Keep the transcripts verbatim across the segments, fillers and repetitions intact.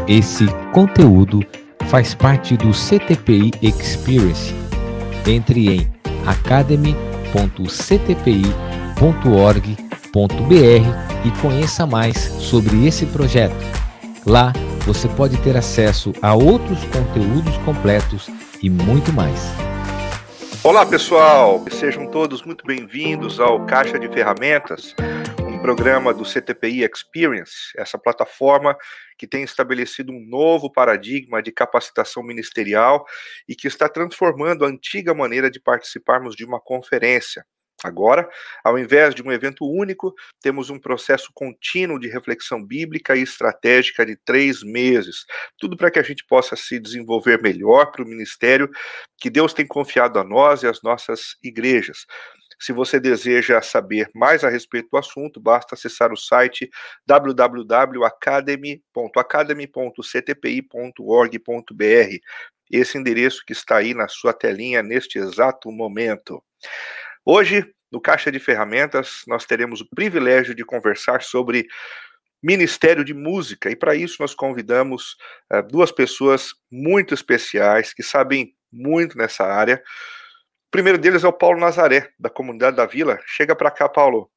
Esse conteúdo faz parte do C T P I Experience. Entre em academy ponto c t p i ponto org ponto b r e conheça mais sobre esse projeto. Lá você pode ter acesso a outros conteúdos completos e muito mais. Olá pessoal, sejam todos muito bem-vindos ao Caixa de Ferramentas, um programa do C T P I Experience, essa plataforma que tem estabelecido um novo paradigma de capacitação ministerial e que está transformando a antiga maneira de participarmos de uma conferência. Agora, ao invés de um evento único, temos um processo contínuo de reflexão bíblica e estratégica de três meses. Tudo para que a gente possa se desenvolver melhor para o ministério que Deus tem confiado a nós e às nossas igrejas. Se você deseja saber mais a respeito do assunto, basta acessar o site w w w ponto academy ponto academy ponto c t p i ponto org ponto b r. Esse endereço que está aí na sua telinha neste exato momento. Hoje, no Caixa de Ferramentas, nós teremos o privilégio de conversar sobre Ministério de Música, e para isso nós convidamos uh, duas pessoas muito especiais, que sabem muito nessa área. O primeiro deles é o Paulo Nazaré, da Comunidade da Vila. Chega para cá, Paulo.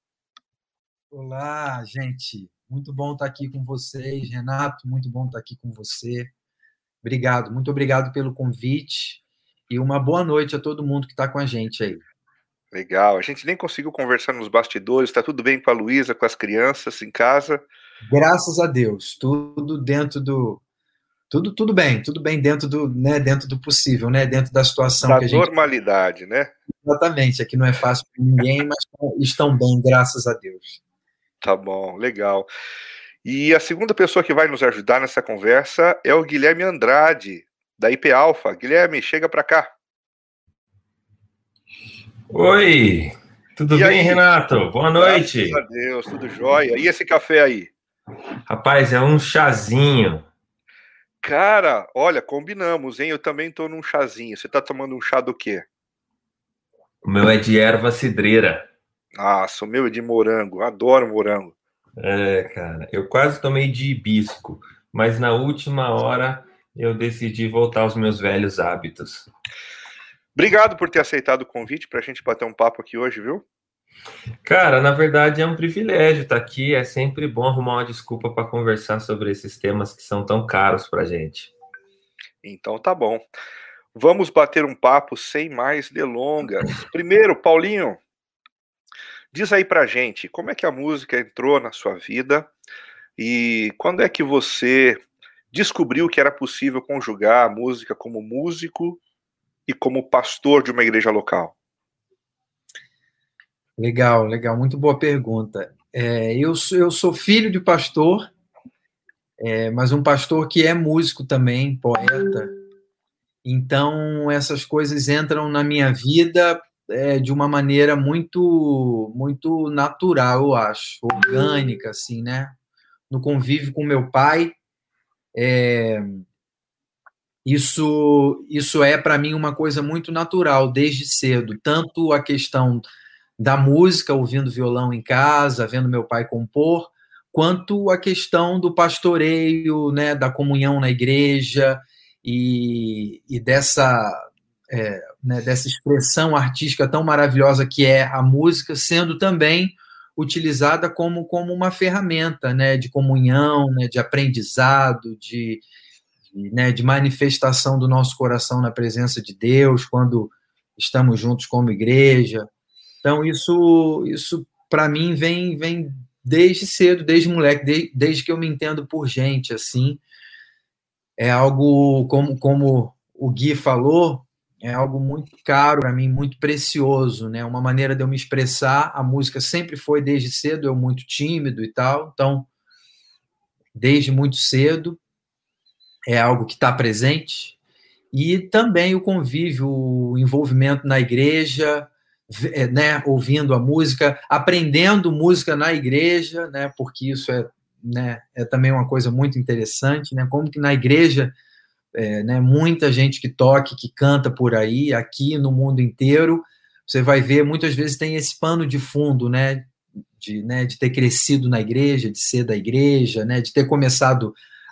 Olá, gente. Muito bom estar aqui com vocês. Renato, muito bom estar aqui com você. Obrigado, muito obrigado pelo convite e uma boa noite a todo mundo que está com a gente aí. Legal, a gente nem conseguiu conversar nos bastidores, está tudo bem com a Luísa, com as crianças em casa? Graças a Deus, tudo dentro do... Tudo, tudo bem, tudo bem dentro do, né, dentro do possível, né, dentro da situação da que a gente... normalidade, né? Exatamente, aqui não é fácil para ninguém, mas estão bem, graças a Deus. Tá bom, legal. E a segunda pessoa que vai nos ajudar nessa conversa é o Guilherme Andrade, da I P Alpha. Guilherme, chega para cá. Oi, tudo e bem, aí? Renato? Boa noite. Graças a Deus, tudo jóia. E esse café aí? Rapaz, é um chazinho. Cara, olha, combinamos, hein? Eu também tô num chazinho. Você tá tomando um chá do quê? O meu é de erva cidreira. Nossa, o meu é de morango. Adoro morango. É, cara, eu quase tomei de hibisco, mas na última hora eu decidi voltar aos meus velhos hábitos. Obrigado por ter aceitado o convite para a gente bater um papo aqui hoje, viu? Cara, na verdade é um privilégio estar aqui. É sempre bom arrumar uma desculpa para conversar sobre esses temas que são tão caros para a gente. Então tá bom. Vamos bater um papo sem mais delongas. Primeiro, Paulinho, diz aí pra gente, como é que a música entrou na sua vida e quando é que você descobriu que era possível conjugar a música como músico e como pastor de uma igreja local? Legal, legal, muito boa pergunta. É, eu, sou, eu sou filho de pastor, é, mas um pastor que é músico também, poeta. Então, essas coisas entram na minha vida é, de uma maneira muito, muito natural, eu acho, orgânica, assim, né? No convívio com meu pai, é, isso, isso é, para mim, uma coisa muito natural, desde cedo. Tanto a questão da música, ouvindo violão em casa, vendo meu pai compor, quanto a questão do pastoreio, né, da comunhão na igreja e, e dessa, é, né, dessa expressão artística tão maravilhosa que é a música, sendo também utilizada como, como uma ferramenta, né, de comunhão, né, de aprendizado, de, de, né, de manifestação do nosso coração na presença de Deus, quando estamos juntos como igreja. Então, isso, isso para mim, vem, vem desde cedo, desde moleque, desde, desde que eu me entendo por gente, assim. É algo, como, como o Gui falou, é algo muito caro para mim, muito precioso, né? Uma maneira de eu me expressar. A música sempre foi, desde cedo, eu muito tímido e tal. Então, desde muito cedo, é algo que está presente. E também o convívio, o envolvimento na igreja, né, ouvindo a música, aprendendo música na igreja, né, porque isso é, né, é também uma coisa muito interessante, né, como que na igreja, é, né, muita gente que toca, que canta por aí, aqui no mundo inteiro, você vai ver, muitas vezes tem esse pano de fundo, né, de, né, de ter crescido na igreja, de ser da igreja, né, de ter começado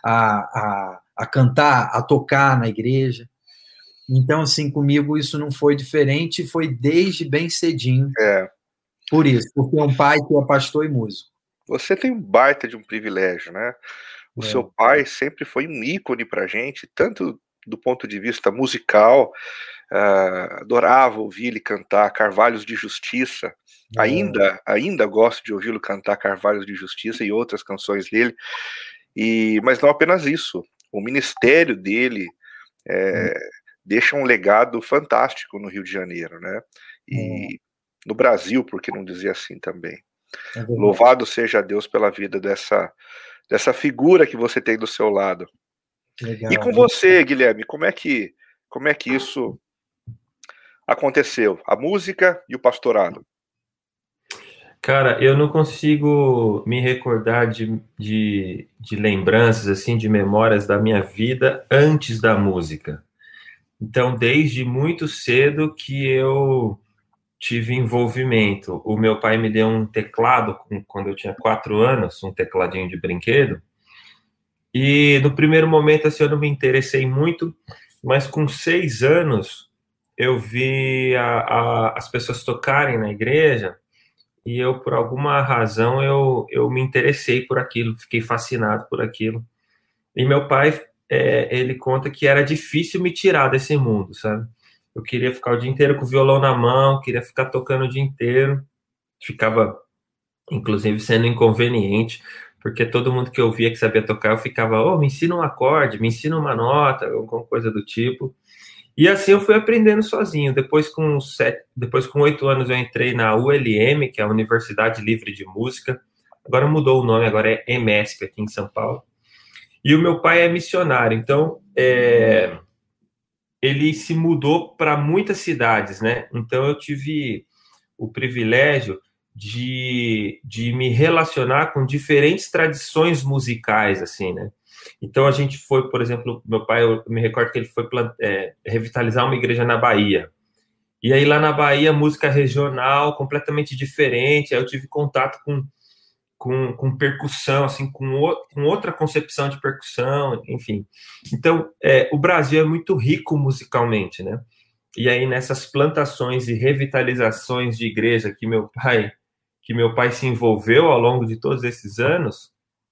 a, a, a cantar, a tocar na igreja. Então, assim, comigo isso não foi diferente, foi desde bem cedinho. É. Por isso, porque é um pai que é pastor e músico. Você tem um baita de um privilégio, né? O É. seu pai sempre foi um ícone pra gente, tanto do ponto de vista musical, uh, adorava ouvir ele cantar Carvalhos de Justiça. É. Ainda, ainda gosto de ouvi-lo cantar Carvalhos de Justiça e outras canções dele. E, mas não apenas isso, o ministério dele é, hum. deixa um legado fantástico no Rio de Janeiro, né? E hum. no Brasil, por que não dizer assim também. É Louvado seja Deus pela vida dessa, dessa figura que você tem do seu lado. Legal. E com você, Guilherme, como é que, como é que isso aconteceu? A música e o pastorado? Cara, eu não consigo me recordar de, de, de lembranças, assim, de memórias da minha vida antes da música. Então, desde muito cedo que eu tive envolvimento. O meu pai me deu um teclado quando eu tinha quatro anos, um tecladinho de brinquedo. E no primeiro momento, assim, eu não me interessei muito, mas com seis anos eu vi a, a, as pessoas tocarem na igreja. E eu, por alguma razão, eu, eu me interessei por aquilo, fiquei fascinado por aquilo. E meu pai, é, ele conta que era difícil me tirar desse mundo, sabe? Eu queria ficar o dia inteiro com o violão na mão, queria ficar tocando o dia inteiro. Ficava, inclusive, sendo inconveniente, porque todo mundo que eu via que sabia tocar, eu ficava, oh, me ensina um acorde, me ensina uma nota, alguma coisa do tipo. E assim eu fui aprendendo sozinho. Depois com sete, depois com oito anos eu entrei na U L M, que é a Universidade Livre de Música. Agora mudou o nome, agora é EMESP aqui em São Paulo. E o meu pai é missionário, então é, ele se mudou para muitas cidades, né? Então eu tive o privilégio de, de me relacionar com diferentes tradições musicais, assim, né? Então, a gente foi, por exemplo, meu pai, eu me recordo que ele foi é, revitalizar uma igreja na Bahia. E aí, lá na Bahia, música regional, completamente diferente. Aí eu tive contato com, com, com percussão, assim, com, o, com outra concepção de percussão, enfim. Então, é, o Brasil é muito rico musicalmente, né? E aí, nessas plantações e revitalizações de igreja que meu pai, que meu pai se envolveu ao longo de todos esses anos,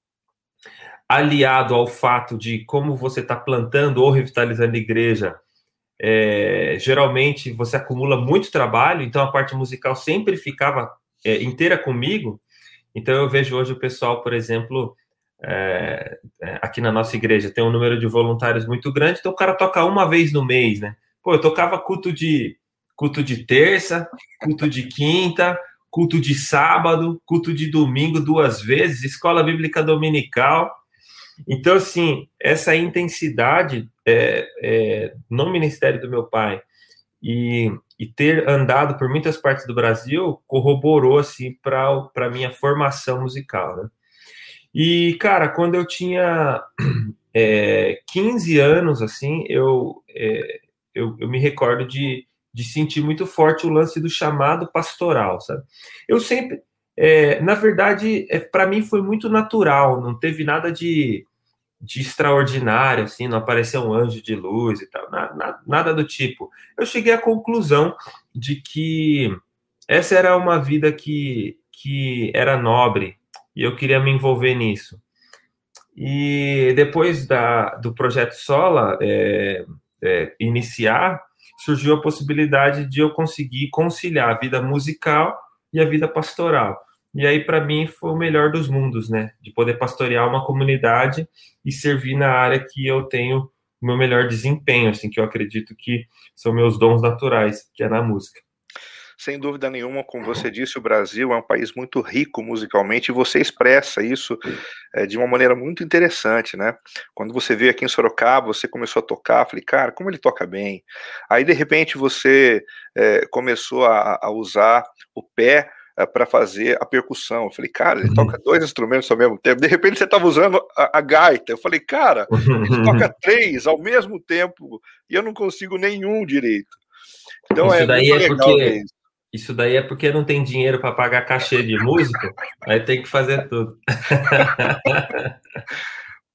aliado ao fato de como você está plantando ou revitalizando a igreja, é, geralmente você acumula muito trabalho, então a parte musical sempre ficava é, inteira comigo. Então eu vejo hoje o pessoal, por exemplo, é, aqui na nossa igreja tem um número de voluntários muito grande, então o cara toca uma vez no mês, né? Pô, eu tocava culto de, culto de terça, culto de quinta, culto de sábado, culto de domingo duas vezes, escola bíblica dominical. Então, assim, essa intensidade é, é, no ministério do meu pai e, e ter andado por muitas partes do Brasil corroborou, assim, para a minha formação musical, né? E, cara, quando eu tinha é, quinze anos, assim, eu, é, eu, eu me recordo de, de sentir muito forte o lance do chamado pastoral, sabe? Eu sempre... É, na verdade, é, para mim foi muito natural, não teve nada de, de extraordinário, assim, não apareceu um anjo de luz e tal, nada, nada do tipo. Eu cheguei à conclusão de que essa era uma vida que, que era nobre e eu queria me envolver nisso. E depois da, do Projeto Sola é, é, iniciar, surgiu a possibilidade de eu conseguir conciliar a vida musical e a vida pastoral. E aí, para mim, foi o melhor dos mundos, né? De poder pastorear uma comunidade e servir na área que eu tenho o meu melhor desempenho, assim, que eu acredito que são meus dons naturais, que é na música. Sem dúvida nenhuma, como você disse, o Brasil é um país muito rico musicalmente e você expressa isso é, de uma maneira muito interessante, né? Quando você veio aqui em Sorocaba, você começou a tocar, falei, cara, como ele toca bem. Aí, de repente, você é, começou a, a usar o pé para fazer a percussão. Eu falei, cara, ele toca dois instrumentos ao mesmo tempo. De repente você estava usando a, a gaita. Eu falei, cara, ele toca três ao mesmo tempo e eu não consigo nenhum direito. Então isso é daí muito é legal porque, ver isso. Isso daí é porque não tem dinheiro para pagar cachê de músico, aí tem que fazer tudo.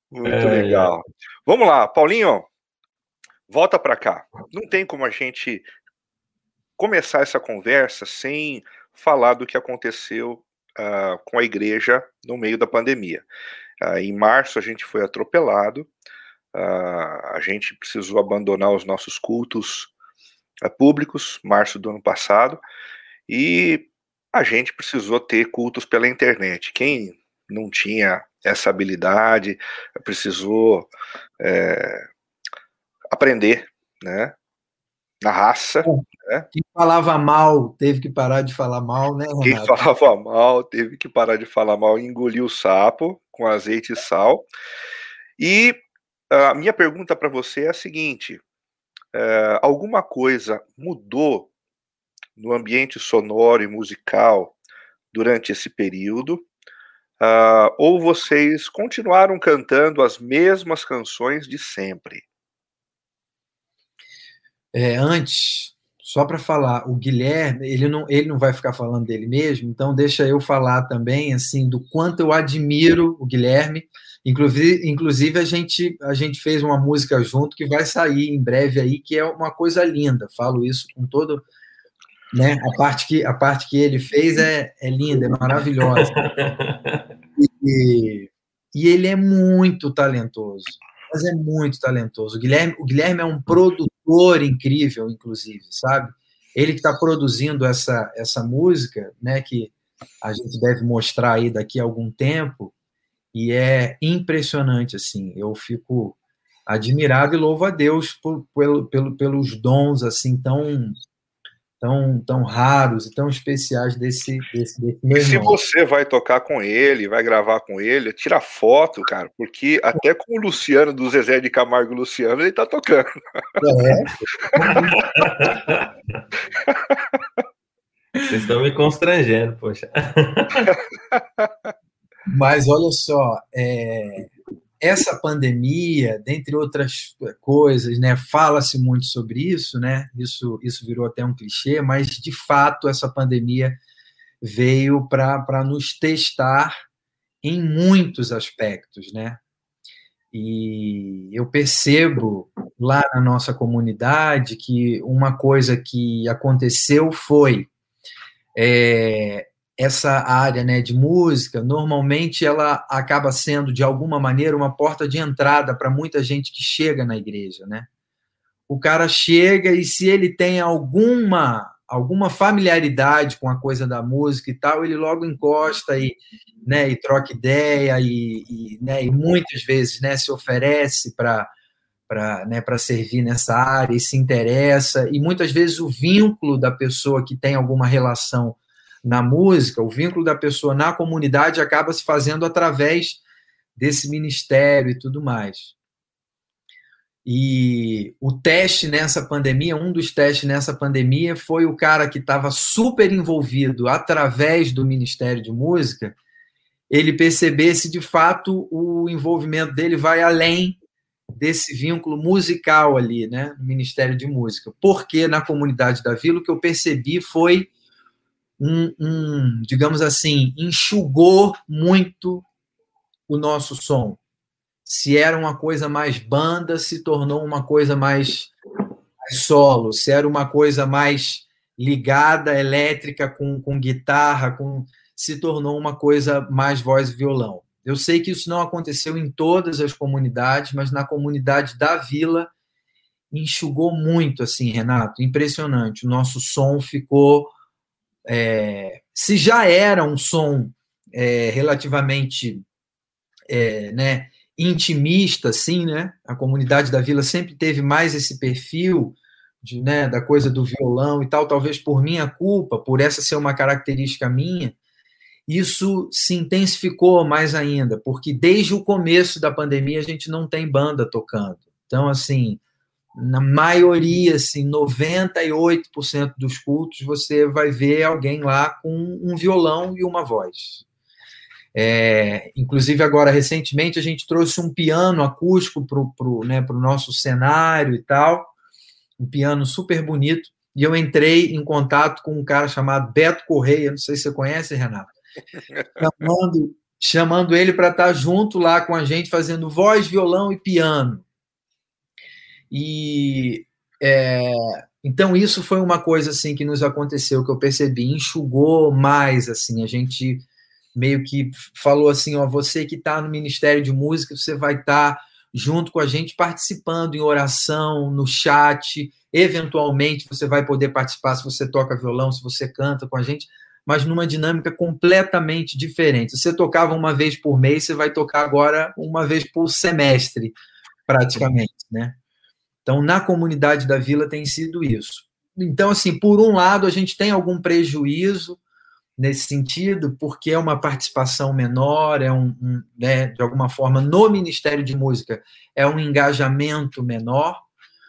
Muito é, legal. É. Vamos lá, Paulinho, volta para cá. Não tem como a gente começar essa conversa sem falar do que aconteceu uh, com a igreja no meio da pandemia. Uh, em março a gente foi atropelado, uh, a gente precisou abandonar os nossos cultos uh, públicos, março do ano passado, e a gente precisou ter cultos pela internet. Quem não tinha essa habilidade precisou é, aprender, né, na raça. Né? Quem falava mal teve que parar de falar mal, né, Renato? Quem falava mal teve que parar de falar mal e engolir o sapo com azeite e sal. E a minha pergunta para você é a seguinte: é, alguma coisa mudou no ambiente sonoro e musical durante esse período? Uh, ou vocês continuaram cantando as mesmas canções de sempre? É, antes, só para falar, o Guilherme, ele não, ele não vai ficar falando dele mesmo, então deixa eu falar também, assim, do quanto eu admiro o Guilherme. Inclusive, inclusive a, gente, a gente fez uma música junto que vai sair em breve aí, que é uma coisa linda. Falo isso com todo... Né? A, parte que, a parte que ele fez é, é linda, é maravilhosa. E, e ele é muito talentoso, mas é muito talentoso. O Guilherme, o Guilherme é um produtor incrível, inclusive, sabe? Ele que está produzindo essa, essa música, né, que a gente deve mostrar aí daqui a algum tempo, e é impressionante, assim. Eu fico admirado e louvo a Deus por, pelo, pelo, pelos dons assim tão... Tão, tão raros e tão especiais desse, desse, desse meu E se irmão. você vai tocar com ele, vai gravar com ele, tira foto, cara, porque até com o Luciano, do Zezé de Camargo e Luciano, ele tá tocando. É. Vocês estão me constrangendo, poxa. Mas olha só, é... essa pandemia, dentre outras coisas, né, fala-se muito sobre isso, né, isso, isso virou até um clichê, mas, de fato, essa pandemia veio para nos testar em muitos aspectos, né, e eu percebo lá na nossa comunidade que uma coisa que aconteceu foi... É, essa área, né, de música, normalmente ela acaba sendo, de alguma maneira, uma porta de entrada para muita gente que chega na igreja, né? O cara chega e, se ele tem alguma, alguma familiaridade com a coisa da música e tal, ele logo encosta e, né, e troca ideia e, e, né, e muitas vezes, né, se oferece para para, né, para servir nessa área e se interessa, e muitas vezes o vínculo da pessoa que tem alguma relação na música, o vínculo da pessoa na comunidade acaba se fazendo através desse ministério e tudo mais. E o teste nessa pandemia, um dos testes nessa pandemia foi o cara que estava super envolvido através do Ministério de Música, ele perceber se de fato o envolvimento dele vai além desse vínculo musical ali, né, no Ministério de Música. Porque na comunidade da Vila o que eu percebi foi um, um, digamos assim, enxugou muito o nosso som. Se era uma coisa mais banda, se tornou uma coisa mais, mais solo. Se era uma coisa mais ligada, elétrica, com, com guitarra, com, se tornou uma coisa mais voz e violão. Eu sei que isso não aconteceu em todas as comunidades, mas na comunidade da Vila enxugou muito, assim, Renato, impressionante. O nosso som ficou... É, se já era um som é, relativamente é, né, intimista, assim, né? A comunidade da Vila sempre teve mais esse perfil de, né, da coisa do violão e tal, talvez por minha culpa, por essa ser uma característica minha, isso se intensificou mais ainda, porque desde o começo da pandemia a gente não tem banda tocando. Então, assim, na maioria, assim, noventa e oito por cento dos cultos, você vai ver alguém lá com um violão e uma voz. É, inclusive, agora, recentemente, a gente trouxe um piano acústico para o pro, né, pro nosso cenário e tal, um piano super bonito, e eu entrei em contato com um cara chamado Beto Correia, não sei se você conhece, Renato, chamando, chamando ele para estar junto lá com a gente, fazendo voz, violão e piano. E é, então isso foi uma coisa assim que nos aconteceu, que eu percebi, enxugou mais, assim, a gente meio que falou assim, ó, você que está no Ministério de Música, você vai estar junto com a gente, participando em oração, no chat, eventualmente você vai poder participar se você toca violão, se você canta com a gente, mas numa dinâmica completamente diferente. Você tocava uma vez por mês, você vai tocar agora uma vez por semestre, praticamente, né? Então, na comunidade da Vila tem sido isso. Então, assim, por um lado, a gente tem algum prejuízo nesse sentido, porque é uma participação menor, é um, um né, de alguma forma, no Ministério de Música, é um engajamento menor,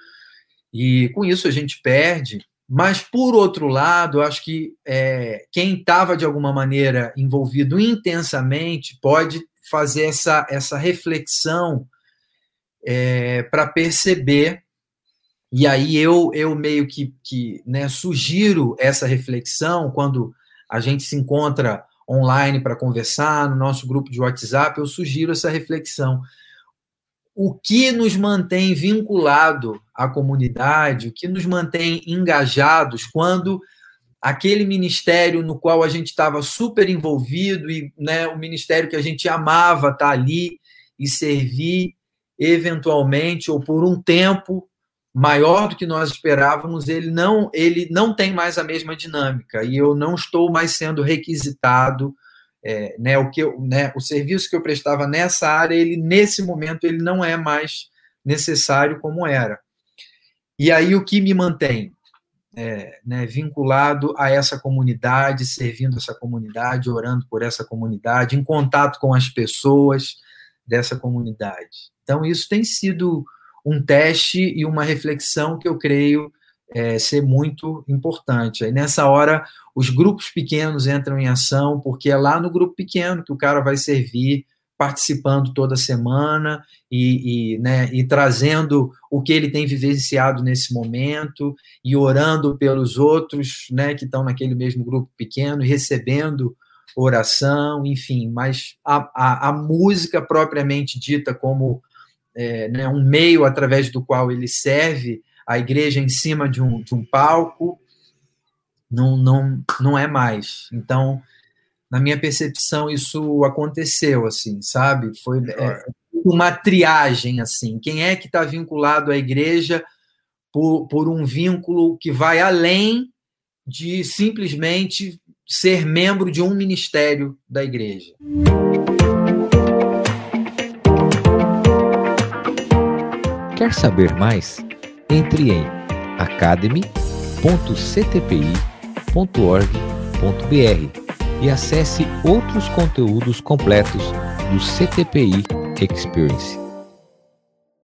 e com isso a gente perde. Mas, por outro lado, acho que é, quem estava, de alguma maneira, envolvido intensamente pode fazer essa, essa reflexão é, para perceber, e aí eu, eu meio que, que né, sugiro essa reflexão quando a gente se encontra online para conversar, no nosso grupo de WhatsApp, eu sugiro essa reflexão. O que nos mantém vinculados à comunidade, o que nos mantém engajados quando aquele ministério no qual a gente estava super envolvido e né, o ministério que a gente amava estar ali e servir, eventualmente, ou por um tempo maior do que nós esperávamos, ele não, ele não tem mais a mesma dinâmica, e eu não estou mais sendo requisitado, é, né, o, que eu, né, o serviço que eu prestava nessa área, ele, nesse momento, ele não é mais necessário como era. E aí o que me mantém é, né, vinculado a essa comunidade, servindo essa comunidade, orando por essa comunidade, em contato com as pessoas dessa comunidade. Então, isso tem sido um teste e uma reflexão que eu creio é, ser muito importante. Aí, nessa hora, os grupos pequenos entram em ação, porque é lá no grupo pequeno que o cara vai servir, participando toda semana e, e, né, e trazendo o que ele tem vivenciado nesse momento e orando pelos outros, né, que estão naquele mesmo grupo pequeno e recebendo oração, enfim. Mas a, a, a música propriamente dita como É, né, um meio através do qual ele serve a igreja em cima de um, de um palco, não, não, não é mais. Então, na minha percepção, isso aconteceu, assim, sabe? Foi é, uma triagem, assim. Quem é que está vinculado à igreja por, por um vínculo que vai além de simplesmente ser membro de um ministério da igreja? Quer saber mais? Entre em academy ponto c t p i ponto org ponto b r e acesse outros conteúdos completos do C T P I Experience.